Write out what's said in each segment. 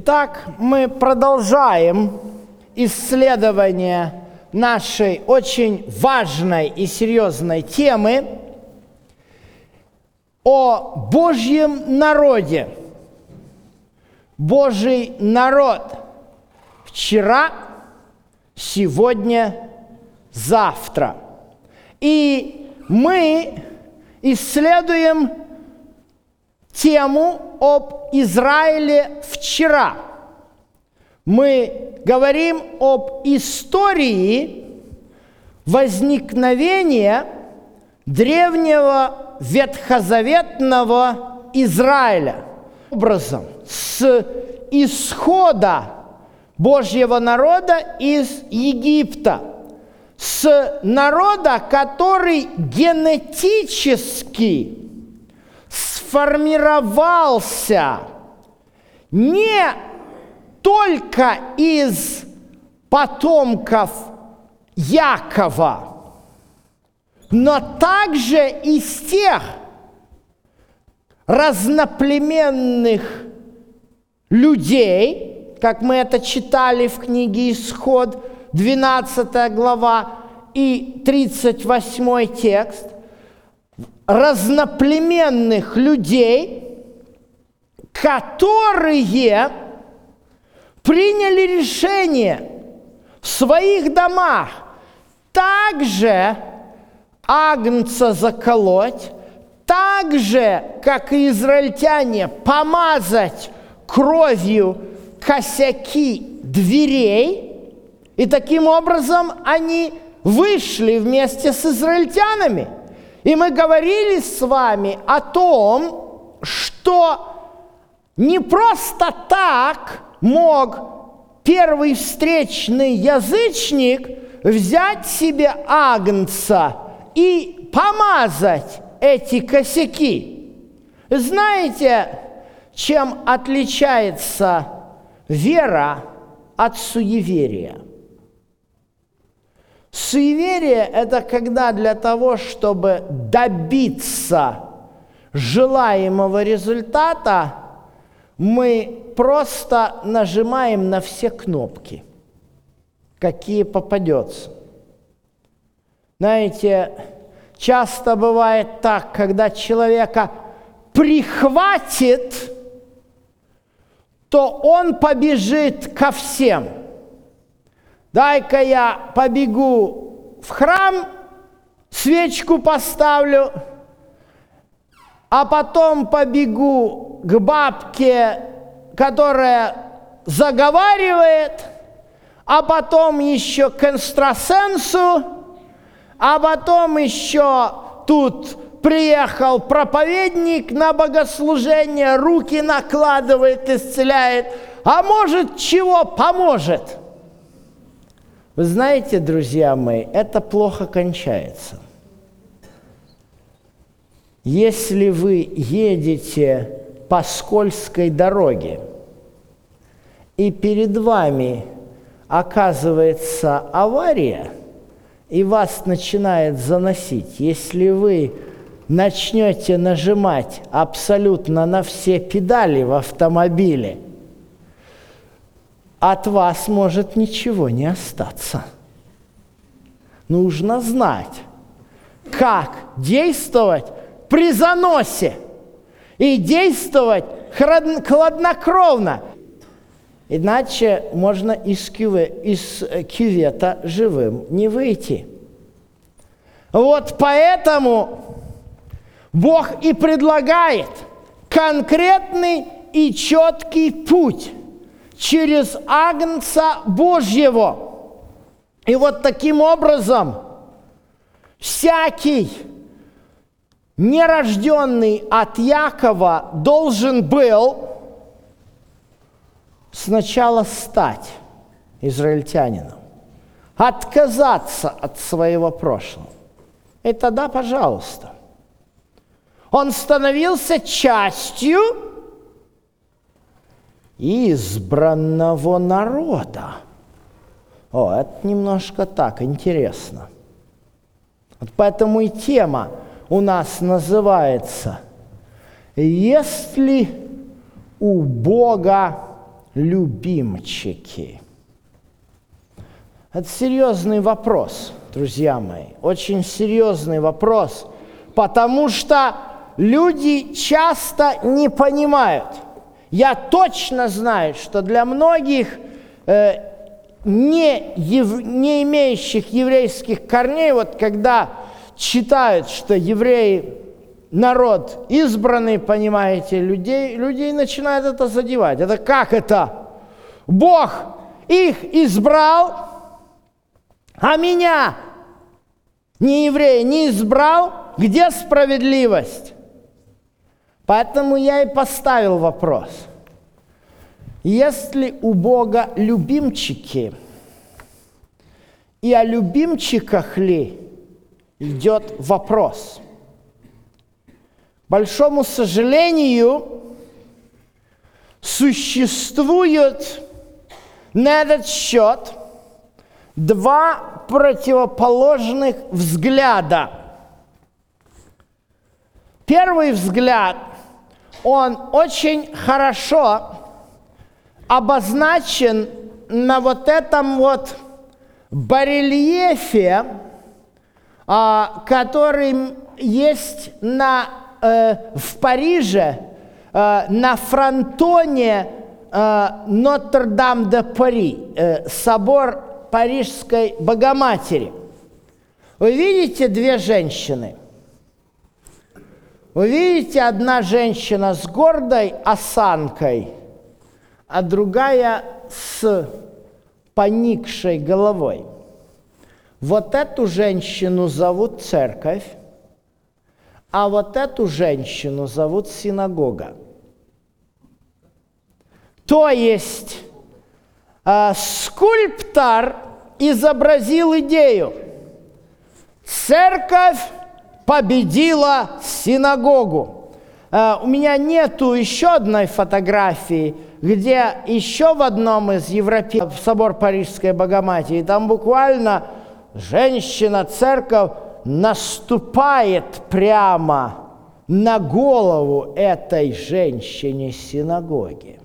Итак, мы продолжаем исследование нашей очень важной и серьезной темы о Божьем народе. Божий народ вчера, сегодня, завтра. И мы исследуем тему об Израиле вчера. Мы говорим об истории возникновения древнего ветхозаветного Израиля. Образом, с исхода Божьего народа из Египта, с народа, который генетически сформировался не только из потомков Якова, но также из тех разноплеменных людей, как мы это читали в книге «Исход», 12 глава и 38 текст, разноплеменных людей, которые приняли решение в своих домах также агнца заколоть, так же, как и израильтяне, помазать кровью косяки дверей, и таким образом они вышли вместе с израильтянами. И мы говорили с вами о том, что не просто так мог первый встречный язычник взять себе агнца и помазать эти косяки. Знаете, чем отличается вера от суеверия? Суеверие – это когда для того, чтобы добиться желаемого результата, мы просто нажимаем на все кнопки, какие попадется. Знаете, часто бывает так, когда человека прихватит, то он побежит ко всем. Дай-ка я побегу в храм, свечку поставлю, а потом побегу к бабке, которая заговаривает, а потом еще к экстрасенсу, а потом еще тут приехал проповедник на богослужение, руки накладывает, исцеляет, а может, чего поможет. Вы знаете, друзья мои, это плохо кончается. Если вы едете по скользкой дороге, и перед вами оказывается авария, и вас начинает заносить, если вы начнете нажимать абсолютно на все педали в автомобиле, от вас может ничего не остаться. Нужно знать, как действовать при заносе и действовать хладнокровно. Иначе можно из кювета живым не выйти. Вот поэтому Бог и предлагает конкретный и четкий путь через Агнца Божьего. И вот таким образом всякий нерожденный от Якова должен был сначала стать израильтянином, отказаться от своего прошлого. И тогда, пожалуйста, он становился частью избранного народа. О, это немножко так, интересно. Вот поэтому и тема у нас называется «Есть ли у Бога любимчики? Это серьезный вопрос, друзья мои, очень серьезный вопрос, потому что люди часто не понимают. Я точно знаю, что для многих не имеющих еврейских корней, вот когда читают, что евреи народ избранный, понимаете, людей начинает это задевать. Это как это? Бог их избрал, а меня, не еврея, не избрал? Где справедливость? Поэтому я и поставил вопрос. Если у Бога любимчики, и о любимчиках ли идет вопрос? К большому сожалению, существует на этот счет два противоположных взгляда. Первый взгляд, он очень хорошо обозначен на вот этом вот барельефе, который есть в Париже, на фронтоне Нотр-Дам-де-Пари, собор Парижской Богоматери. Вы видите две женщины? Вы видите, одна женщина с гордой осанкой, а другая с поникшей головой. Вот эту женщину зовут церковь, а вот эту женщину зовут синагога. То есть скульптор изобразил идею. Церковь победила синагогу. У меня нету еще одной фотографии, где еще в одном из европейских, собор Парижской Богоматери, там буквально женщина, церковь наступает прямо на голову этой женщине синагоги.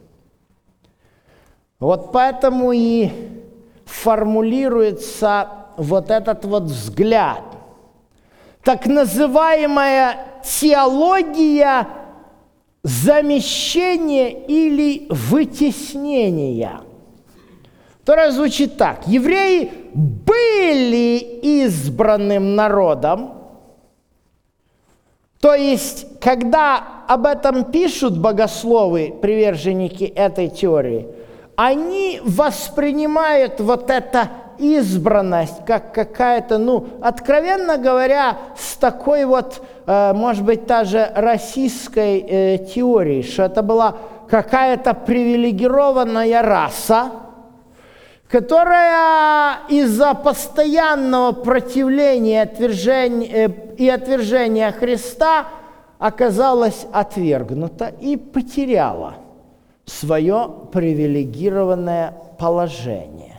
Вот поэтому и формулируется вот этот вот взгляд. Так называемая теология замещения или вытеснения, которая звучит так. Евреи были избранным народом, то есть, когда об этом пишут богословы, приверженники этой теории, они воспринимают вот это избранность как какая-то, откровенно говоря, с такой вот, может быть, даже российской теорией, что это была какая-то привилегированная раса, которая из-за постоянного противления и отвержения Христа оказалась отвергнута и потеряла свое привилегированное положение.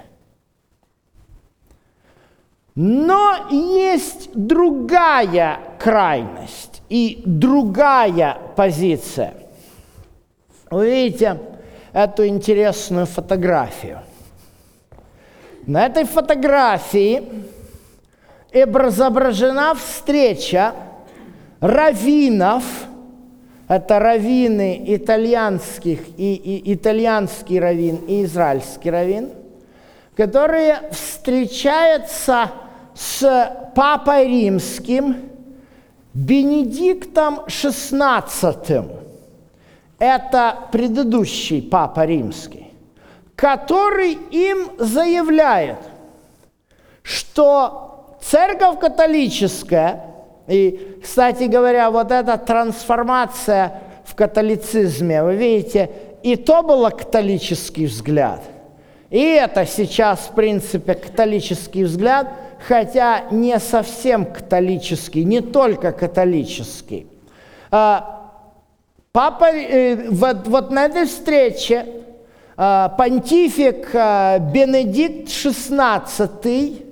Но есть другая крайность и другая позиция. Вы видите эту интересную фотографию. На этой фотографии изображена встреча раввинов, это раввины итальянский раввин и израильский раввин, которые встречаются с Папой Римским Бенедиктом XVI. Это предыдущий Папа Римский, который им заявляет, что Церковь католическая, и, кстати говоря, вот эта трансформация в католицизме, вы видите, и то был католический взгляд, и это сейчас, в принципе, католический взгляд, хотя не совсем католический, не только католический. Папа, вот на этой встрече понтифик Бенедикт XVI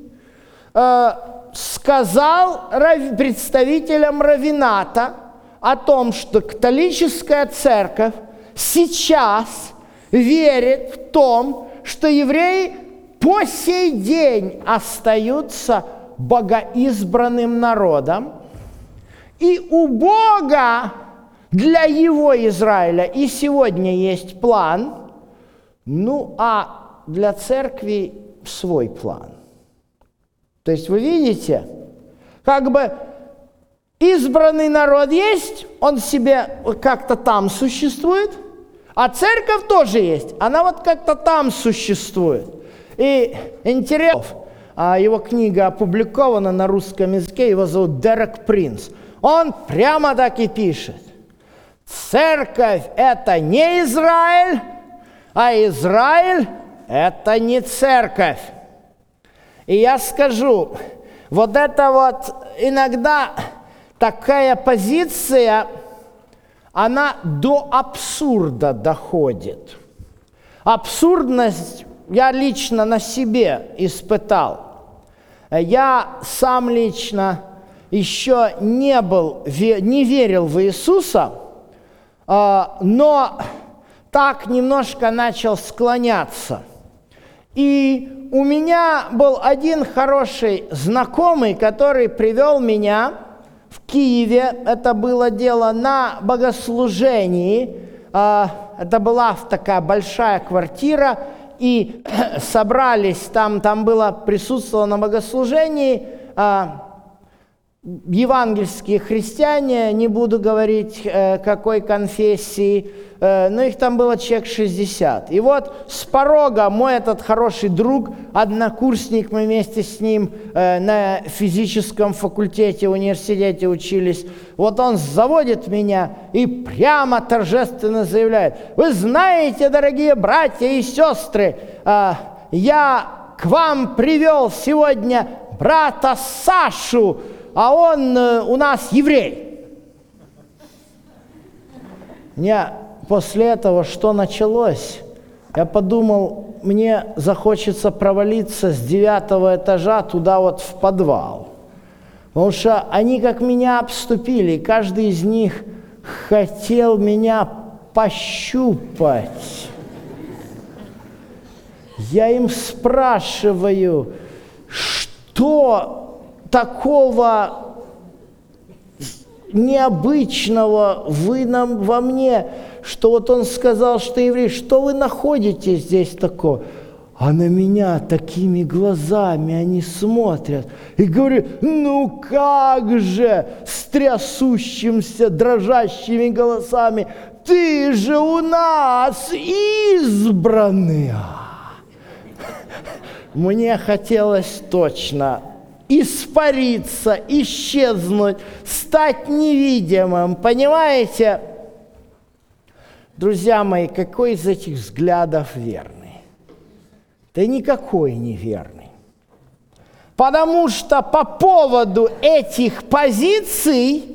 сказал представителям раввината о том, что католическая церковь сейчас верит в том, что евреи по сей день остаются богоизбранным народом, и у Бога для его Израиля и сегодня есть план, ну а для церкви свой план. То есть вы видите, как бы избранный народ есть, он себе как-то там существует, а церковь тоже есть, она вот как-то там существует. И интересно, его книга опубликована на русском языке, его зовут Дерек Принц. Он прямо так и пишет. Церковь – это не Израиль, а Израиль – это не церковь. И я скажу, вот это вот иногда такая позиция, она до абсурда доходит. Абсурдность я лично на себе испытал. Я сам лично еще не верил в Иисуса, но так немножко начал склоняться. И у меня был один хороший знакомый, который привел меня в Киеве. Это было дело на богослужении. Это была такая большая квартира, и собрались там присутствовало на богослужении евангельские христиане, не буду говорить, какой конфессии, но их там было человек 60. И вот с порога мой этот хороший друг, однокурсник, мы вместе с ним на физическом факультете, университете учились, вот он заводит меня и прямо торжественно заявляет: вы знаете, дорогие братья и сестры, я к вам привел сегодня брата Сашу, а он у нас еврей. После этого что началось? Я подумал, мне захочется провалиться с 9-го этажа туда вот в подвал. Потому что они как меня обступили, и каждый из них хотел меня пощупать. Я им спрашиваю, что такого необычного во мне, что вот он сказал, что еврей, что вы находите здесь такого? А на меня такими глазами они смотрят и говорят: ну как же, с трясущимся, дрожащими голосами, ты же у нас избранный. Мне хотелось точно испариться, исчезнуть, стать невидимым. Понимаете? Друзья мои, какой из этих взглядов верный? Да никакой не верный. Потому что по поводу этих позиций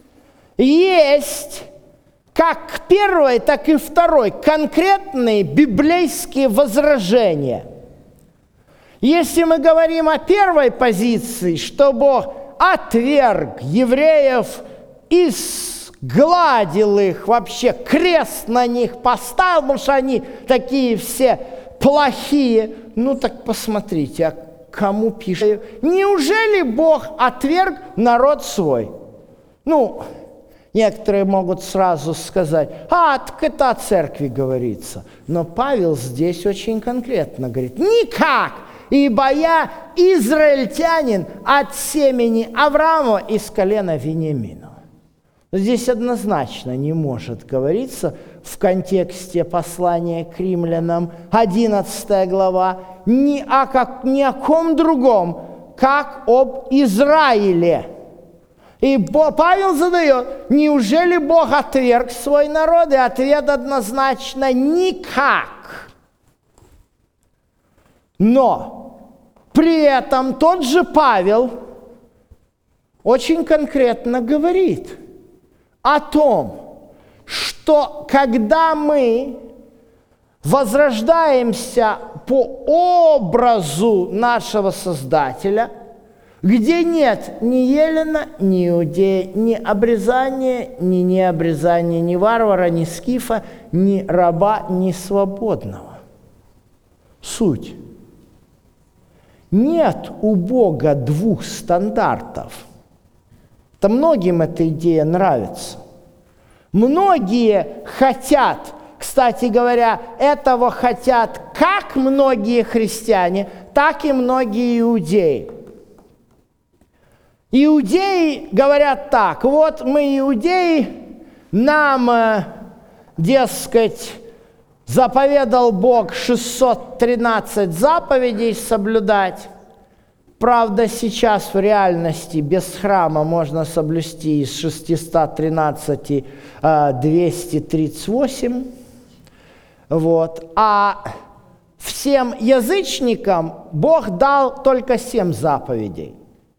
есть как первой, так и второй конкретные библейские возражения. Если мы говорим о первой позиции, что Бог отверг евреев и сгладил их, вообще крест на них поставил, потому что они такие все плохие, ну так посмотрите, а кому пишет? Неужели Бог отверг народ свой? Ну, некоторые могут сразу сказать: так это о церкви говорится. Но Павел здесь очень конкретно говорит: никак! Ибо я израильтянин от семени Авраама из колена Вениамина. Здесь однозначно не может говориться в контексте послания к римлянам, 11 глава, ни о ком другом, как об Израиле. И Павел задает: неужели Бог отверг свой народ? И ответ однозначно: никак. Но при этом тот же Павел очень конкретно говорит о том, что когда мы возрождаемся по образу нашего Создателя, где нет ни елена, ни иудея, ни обрезания, ни необрезания, ни варвара, ни скифа, ни раба, ни свободного. Суть. Нет у Бога двух стандартов. Да многим эта идея нравится. Многие хотят, кстати говоря, этого хотят как многие христиане, так и многие иудеи. Иудеи говорят так: вот мы иудеи, нам, дескать, заповедал Бог 613 заповедей соблюдать. Правда, сейчас в реальности без храма можно соблюсти из 613 238. Вот. А всем язычникам Бог дал только 7 заповедей.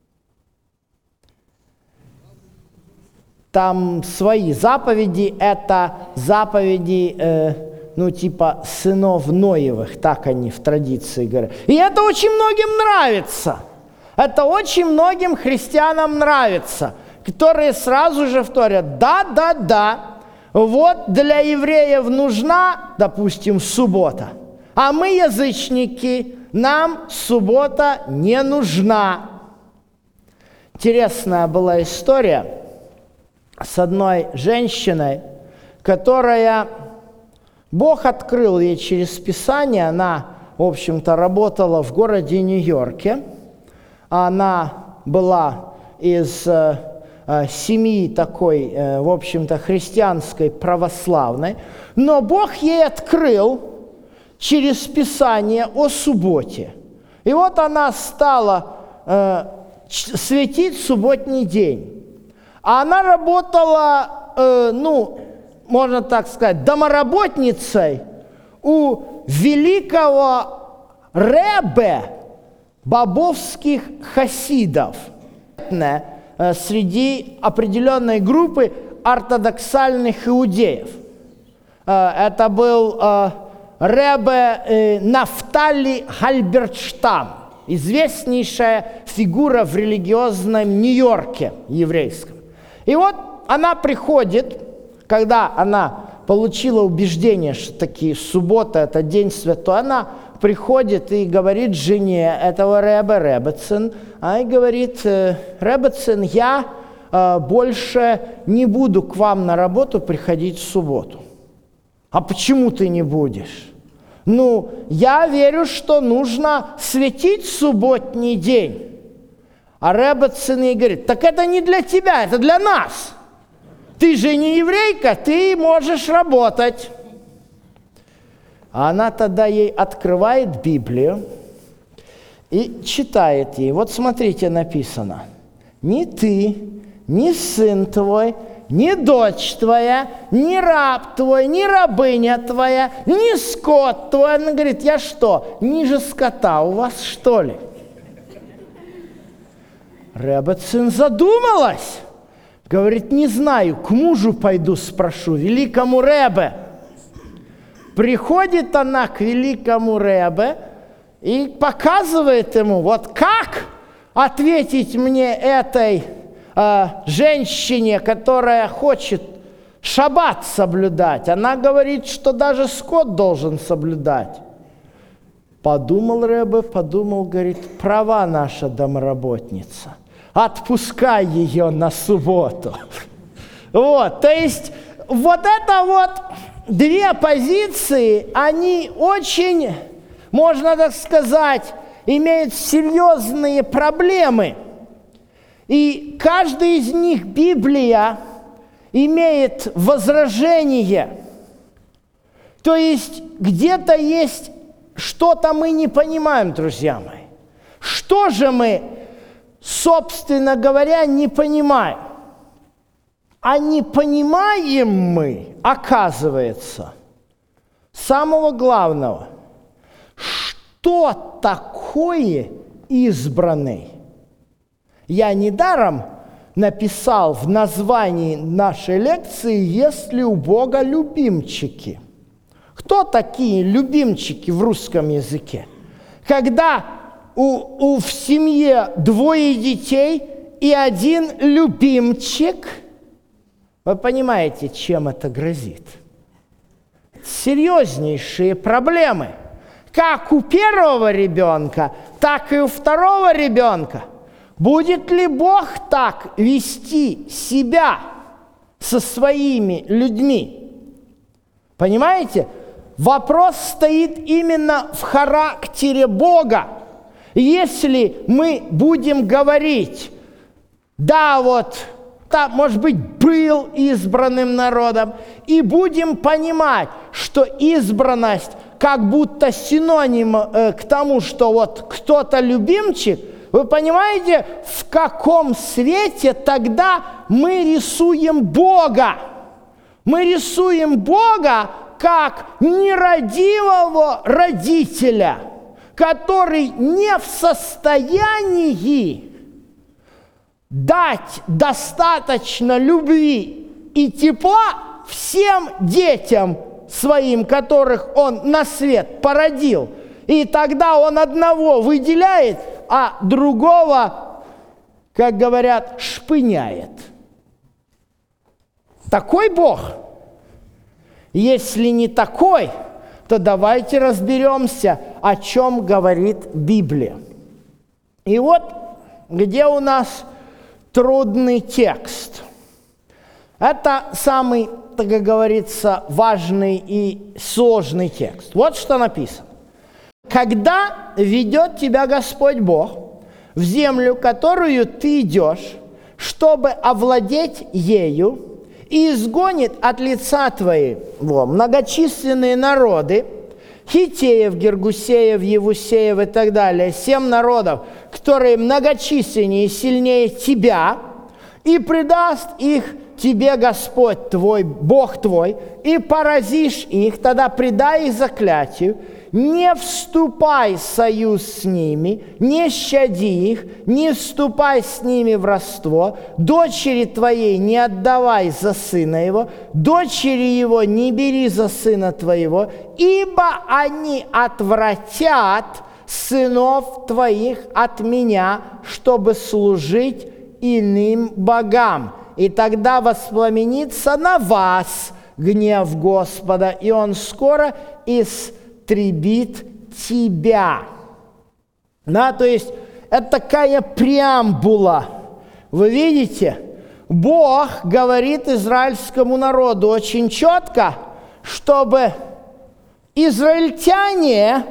Там свои заповеди, это заповеди, типа сынов Ноевых, так они в традиции говорят. И это очень многим нравится. Это очень многим христианам нравится, которые сразу же вторят: да, вот для евреев нужна, допустим, суббота, а мы, язычники, нам суббота не нужна. Интересная была история с одной женщиной, которая... Бог открыл ей через Писание. Она, в общем-то, работала в городе Нью-Йорке. Она была из семьи такой, в общем-то, христианской, православной. Но Бог ей открыл через Писание о субботе. И вот она стала светить субботний день. А она работала, можно так сказать, домоработницей у великого ребе бабовских хасидов среди определенной группы ортодоксальных иудеев. Это был ребе Нафтали Хальбертштам, известнейшая фигура в религиозном Нью-Йорке еврейском. И вот она приходит, когда она получила убеждение, что таки суббота – это день святой, она приходит и говорит жене этого Ребецин, и говорит: Ребецин, я больше не буду к вам на работу приходить в субботу. А почему ты не будешь? Я верю, что нужно светить субботний день. А Ребецин ей говорит: так это не для тебя, это для нас. Ты же не еврейка, ты можешь работать. А она тогда ей открывает Библию и читает ей. Вот смотрите, написано: ни ты, ни сын твой, ни дочь твоя, ни раб твой, ни рабыня твоя, ни скот твой. Она говорит: я что, ниже скота у вас, что ли? Ребецин задумалась. Говорит: не знаю, к мужу пойду спрошу, великому ребе. Приходит она к великому ребе и показывает ему, вот как ответить мне этой женщине, которая хочет шаббат соблюдать. Она говорит, что даже скот должен соблюдать. Подумал ребе, говорит: права наша домработница. Отпускай ее на субботу. Вот, то есть, вот это вот две позиции, они очень, можно так сказать, имеют серьезные проблемы. И каждый из них Библия имеет возражение. То есть, где-то есть что-то мы не понимаем, друзья мои. Что же мы, собственно говоря, не понимаем? А не понимаем мы, оказывается, самого главного, что такое избранный. Я недаром написал в названии нашей лекции: «Есть ли у Бога любимчики?» Кто такие любимчики в русском языке? Когда в семье 2 детей и 1 любимчик, вы понимаете, чем это грозит? Серьезнейшие проблемы. Как у первого ребенка, так и у второго ребенка. Будет ли Бог так вести себя со своими людьми? Понимаете? Вопрос стоит именно в характере Бога. Если мы будем говорить, да, вот, да, может быть, был избранным народом, и будем понимать, что избранность как будто синоним к тому, что вот кто-то любимчик, вы понимаете, в каком свете тогда мы рисуем Бога? Мы рисуем Бога как нерадивого родителя, который не в состоянии дать достаточно любви и тепла всем детям своим, которых он на свет породил. И тогда он одного выделяет, а другого, как говорят, шпыняет. Такой Бог? Если не такой, то давайте разберемся, о чем говорит Библия. И вот где у нас трудный текст. Это самый, так как говорится, важный и сложный текст. Вот что написано. «Когда ведет тебя Господь Бог в землю, которую ты идешь, чтобы овладеть ею, и изгонит от лица твоего многочисленные народы, Хитеев, Гергусеев, Евусеев и так далее, 7 народов, которые многочисленнее и сильнее тебя, и предаст их тебе Господь твой, Бог твой, и поразишь их, тогда предай их заклятию, не вступай в союз с ними, не щади их, не вступай с ними в родство, дочери твоей не отдавай за сына его, дочери его не бери за сына твоего, ибо они отвратят сынов твоих от меня, чтобы служить иным богам. И тогда воспламенится на вас гнев Господа, и он скоро истребит тебя». Да, то есть это такая преамбула. Вы видите, Бог говорит израильскому народу очень четко, чтобы израильтяне,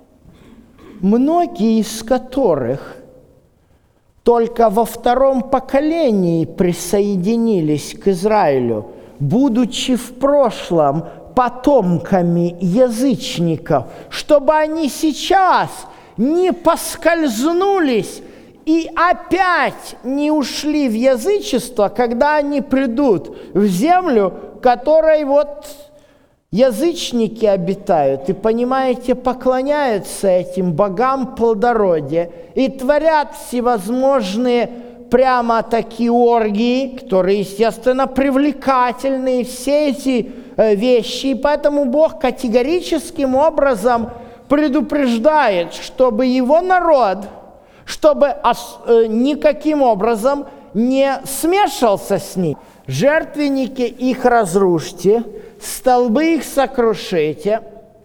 многие из которых только во 2 поколении присоединились к Израилю, будучи в прошлом потомками язычников, чтобы они сейчас не поскользнулись и опять не ушли в язычество, когда они придут в землю, которой вот язычники обитают, и, понимаете, поклоняются этим богам плодородия и творят всевозможные прямо такие оргии, которые, естественно, привлекательные, все эти вещи. И поэтому Бог категорическим образом предупреждает, чтобы его народ, чтобы никаким образом не смешался с ним. Жертвенники их разрушьте, столбы их сокрушите,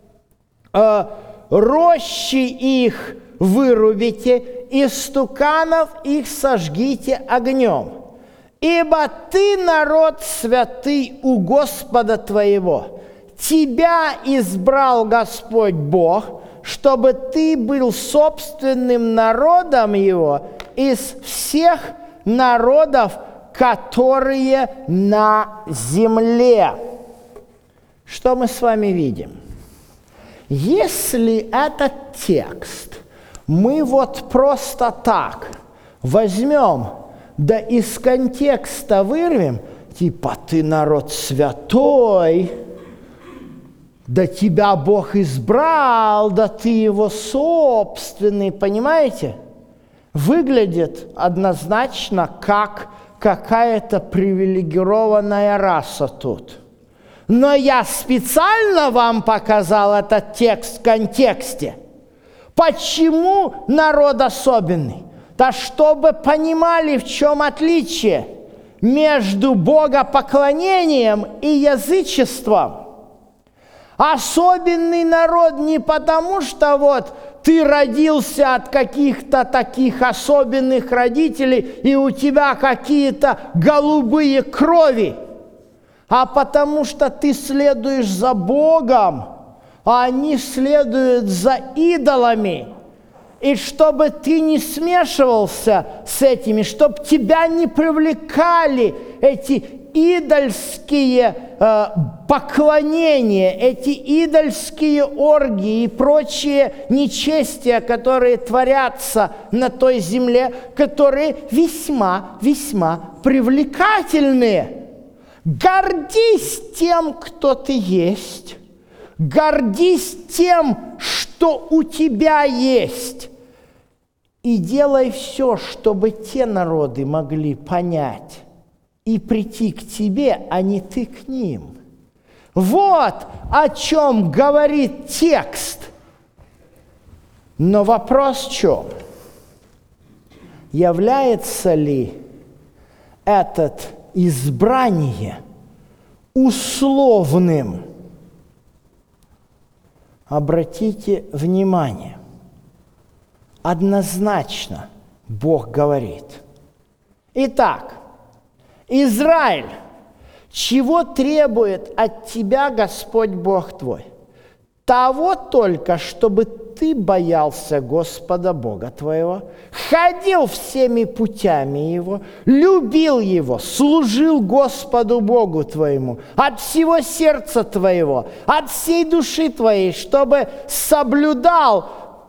рощи их вырубите, истуканов их сожгите огнем. Ибо ты народ святый у Господа твоего. Тебя избрал Господь Бог, чтобы ты был собственным народом его из всех народов, которые на земле. Что мы с вами видим? Если этот текст мы вот просто так возьмем, да из контекста вырвем, типа «ты народ святой», да тебя Бог избрал, да ты его собственный, понимаете? Выглядит однозначно как какая-то привилегированная раса тут. Но я специально вам показал этот текст в контексте, Почему народ особенный? Да чтобы понимали, в чем отличие между богопоклонением и язычеством. Особенный народ не потому, что вот ты родился от каких-то таких особенных родителей, и у тебя какие-то голубые крови, а потому что ты следуешь за Богом, а они следуют за идолами. И чтобы ты не смешивался с этими, чтобы тебя не привлекали эти идольские поклонения, эти идольские оргии и прочие нечестия, которые творятся на той земле, которые весьма привлекательные. Гордись тем, кто ты есть. Гордись тем, что у тебя есть. И делай все, чтобы те народы могли понять и прийти к тебе, а не ты к ним. Вот о чем говорит текст. Но вопрос в чем? Является ли это избрание условным? Обратите внимание, однозначно Бог говорит. Итак, Израиль, чего требует от тебя Господь Бог твой? Того только, чтобы ты боялся Господа Бога твоего, ходил всеми путями Его, любил Его, служил Господу Богу твоему от всего сердца твоего, от всей души твоей, чтобы соблюдал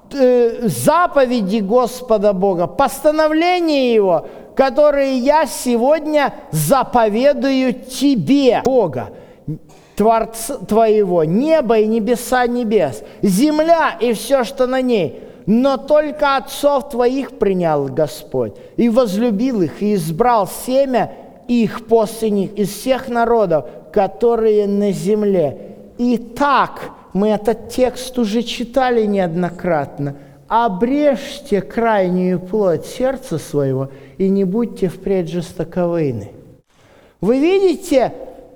заповеди Господа Бога, постановления Его, которые я сегодня заповедую тебе, Бога, Творца твоего, небо и небеса небес, земля и все, что на ней. Но только отцов твоих принял Господь, и возлюбил их, и избрал семя их после них из всех народов, которые на земле. Итак, мы этот текст уже читали неоднократно. Обрежьте крайнюю плоть сердца своего, и не будьте впредь жестоковыйны. Вы видите,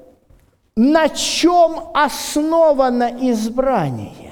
на чем основано избрание?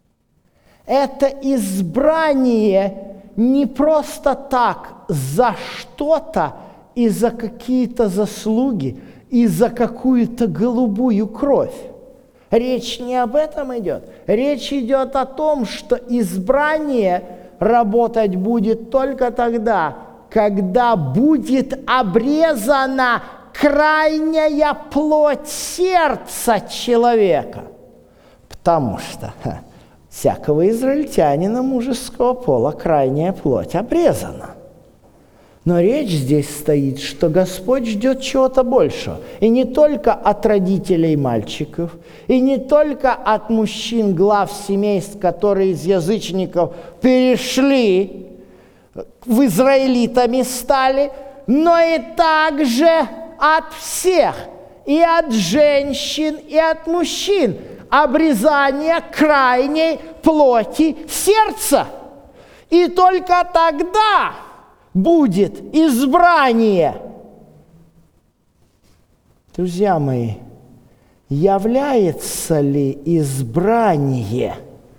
Это избрание не просто так за что-то и за какие-то заслуги, и за какую-то голубую кровь. Речь не об этом идет. Речь идет о том, что избрание работать будет только тогда, когда будет обрезана крайняя плоть сердца человека. Потому что всякого израильтянина мужеского пола крайняя плоть обрезана. Но речь здесь стоит, что Господь ждет чего-то большего. И не только от родителей мальчиков, и не только от мужчин, глав семейств, которые из язычников перешли, в израилитами стали, но и также от всех, и от женщин, и от мужчин, обрезание крайней плоти сердца. И только тогда будет избрание. Друзья мои, является ли избрание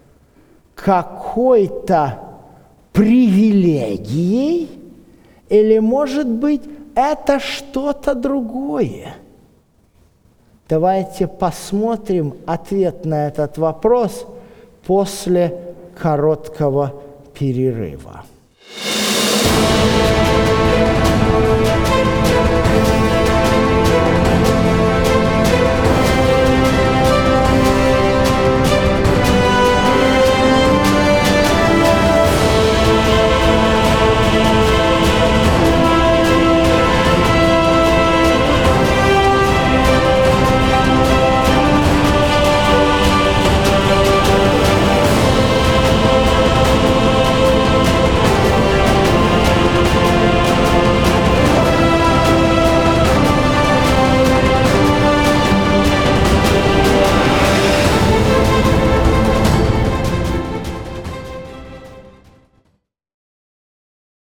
какой-то привилегией, или, может быть, это что-то другое? Давайте посмотрим ответ на этот вопрос после короткого перерыва.